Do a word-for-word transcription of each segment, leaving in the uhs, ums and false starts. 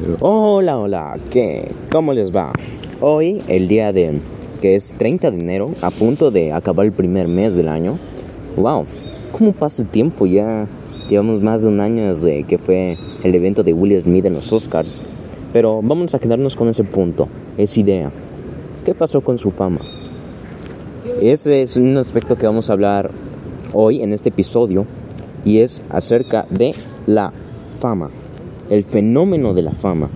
Hola, hola, ¿qué? ¿Cómo les va? Hoy, el día de, que es treinta de enero, a punto de acabar el primer mes del año. Wow, ¿cómo pasa el tiempo? Ya llevamos más de un año desde que fue el evento de Will Smith en los Oscars. Pero vamos a quedarnos con ese punto, esa idea. ¿Qué pasó con su fama? Ese es un aspecto que vamos a hablar hoy en este episodio, y es acerca de la fama, el fenómeno de la fama.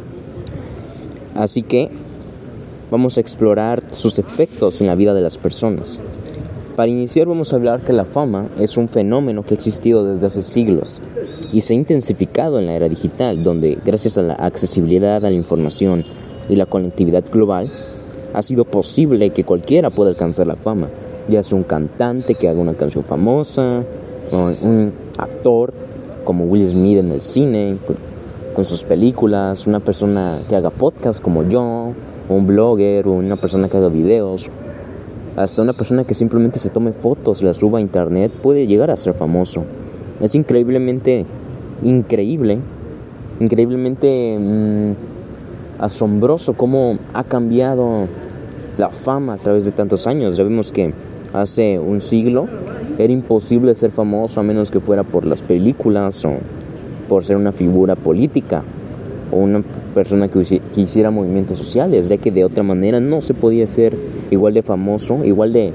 Así que vamos a explorar sus efectos en la vida de las personas. Para iniciar vamos a hablar que la fama es un fenómeno que ha existido desde hace siglos y se ha intensificado en la era digital, donde gracias a la accesibilidad a la información y la conectividad global ha sido posible que cualquiera pueda alcanzar la fama, ya sea un cantante que haga una canción famosa, o un actor como Will Smith en el cine con, con sus películas, una persona que haga podcast como yo, un blogger, o una persona que haga videos, hasta una persona que simplemente se tome fotos y las suba a internet puede llegar a ser famoso. Es increíblemente increíble, increíblemente mmm, asombroso cómo ha cambiado la fama a través de tantos años. Ya vimos que hace un siglo era imposible ser famoso a menos que fuera por las películas o por ser una figura política o una persona que, que hiciera movimientos sociales, ya que de otra manera no se podía ser igual de famoso, igual de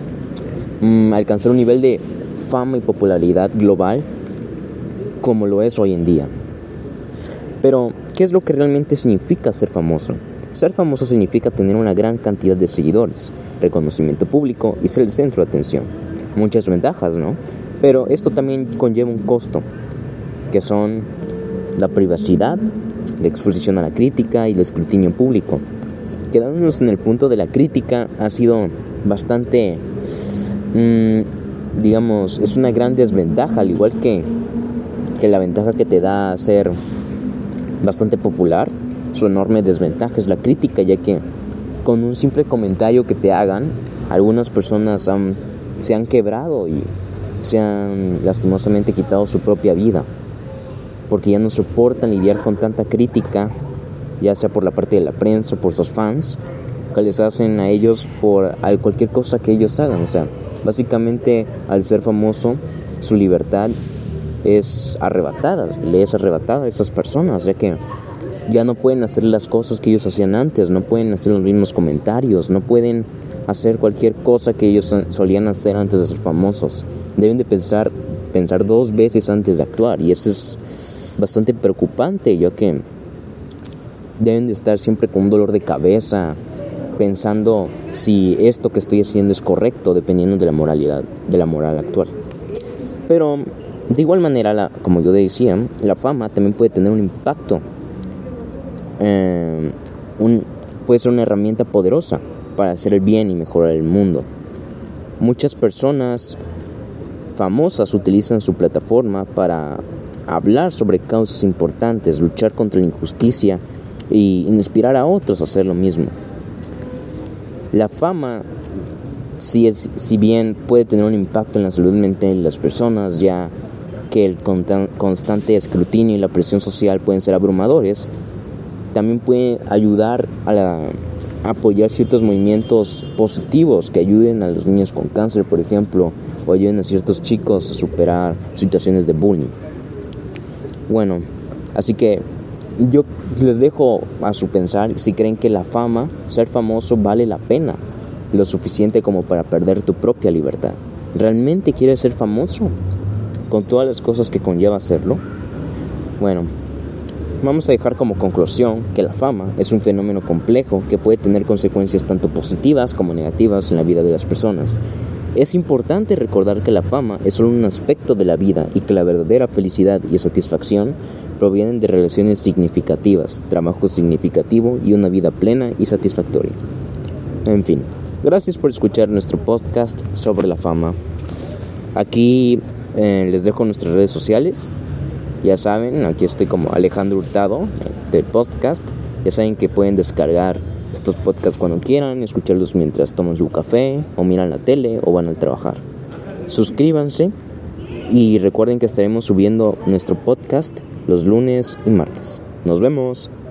mmm, alcanzar un nivel de fama y popularidad global como lo es hoy en día. Pero, ¿qué es lo que realmente significa ser famoso? Ser famoso significa tener una gran cantidad de seguidores, reconocimiento público y ser el centro de atención. Muchas ventajas, ¿no? Pero esto también conlleva un costo, que son la privacidad, la exposición a la crítica y el escrutinio público. Quedándonos en el punto de la crítica ha sido bastante, mmm, digamos, es una gran desventaja, al igual que, que la ventaja que te da ser bastante popular. Su enorme desventaja es la crítica, ya que con un simple comentario que te hagan, algunas personas han, se han quebrado y se han lastimosamente quitado su propia vida, porque ya no soportan lidiar con tanta crítica, ya sea por la parte de la prensa o por sus fans, que les hacen a ellos por cualquier cosa que ellos hagan. O sea, básicamente al ser famoso, su libertad es arrebatada, le es arrebatada a esas personas, ya que ya no pueden hacer las cosas que ellos hacían antes, no pueden hacer los mismos comentarios, no pueden hacer cualquier cosa que ellos solían hacer antes de ser famosos. Deben de pensar, pensar dos veces antes de actuar, y eso es bastante preocupante, ya que deben de estar siempre con un dolor de cabeza, pensando si esto que estoy haciendo es correcto, dependiendo de la moralidad, de la moral actual. Pero de igual manera, la, como yo decía, la fama también puede tener un impacto. Eh, un, puede ser una herramienta poderosa para hacer el bien y mejorar el mundo. Muchas personas famosas utilizan su plataforma para hablar sobre causas importantes, luchar contra la injusticia y inspirar a otros a hacer lo mismo. La fama, si, es, si bien puede tener un impacto en la salud mental de las personas, ya que el constante escrutinio y la presión social pueden ser abrumadores, también puede ayudar a, la, a apoyar ciertos movimientos positivos que ayuden a los niños con cáncer, por ejemplo, o ayuden a ciertos chicos a superar situaciones de bullying. Bueno, así que yo les dejo a su pensar si creen que la fama, ser famoso, vale la pena lo suficiente como para perder tu propia libertad. ¿Realmente quieres ser famoso con todas las cosas que conlleva hacerlo? Bueno, vamos a dejar como conclusión que la fama es un fenómeno complejo que puede tener consecuencias tanto positivas como negativas en la vida de las personas. Es importante recordar que la fama es solo un aspecto de la vida y que la verdadera felicidad y satisfacción provienen de relaciones significativas, trabajo significativo y una vida plena y satisfactoria. En fin, gracias por escuchar nuestro podcast sobre la fama. Aquí eh, les dejo nuestras redes sociales. Ya saben, aquí estoy como Alejandro Hurtado del podcast. Ya saben que pueden descargar estos podcasts cuando quieran, escucharlos mientras toman su café o miran la tele o van a trabajar. Suscríbanse y recuerden que estaremos subiendo nuestro podcast los lunes y martes. Nos vemos.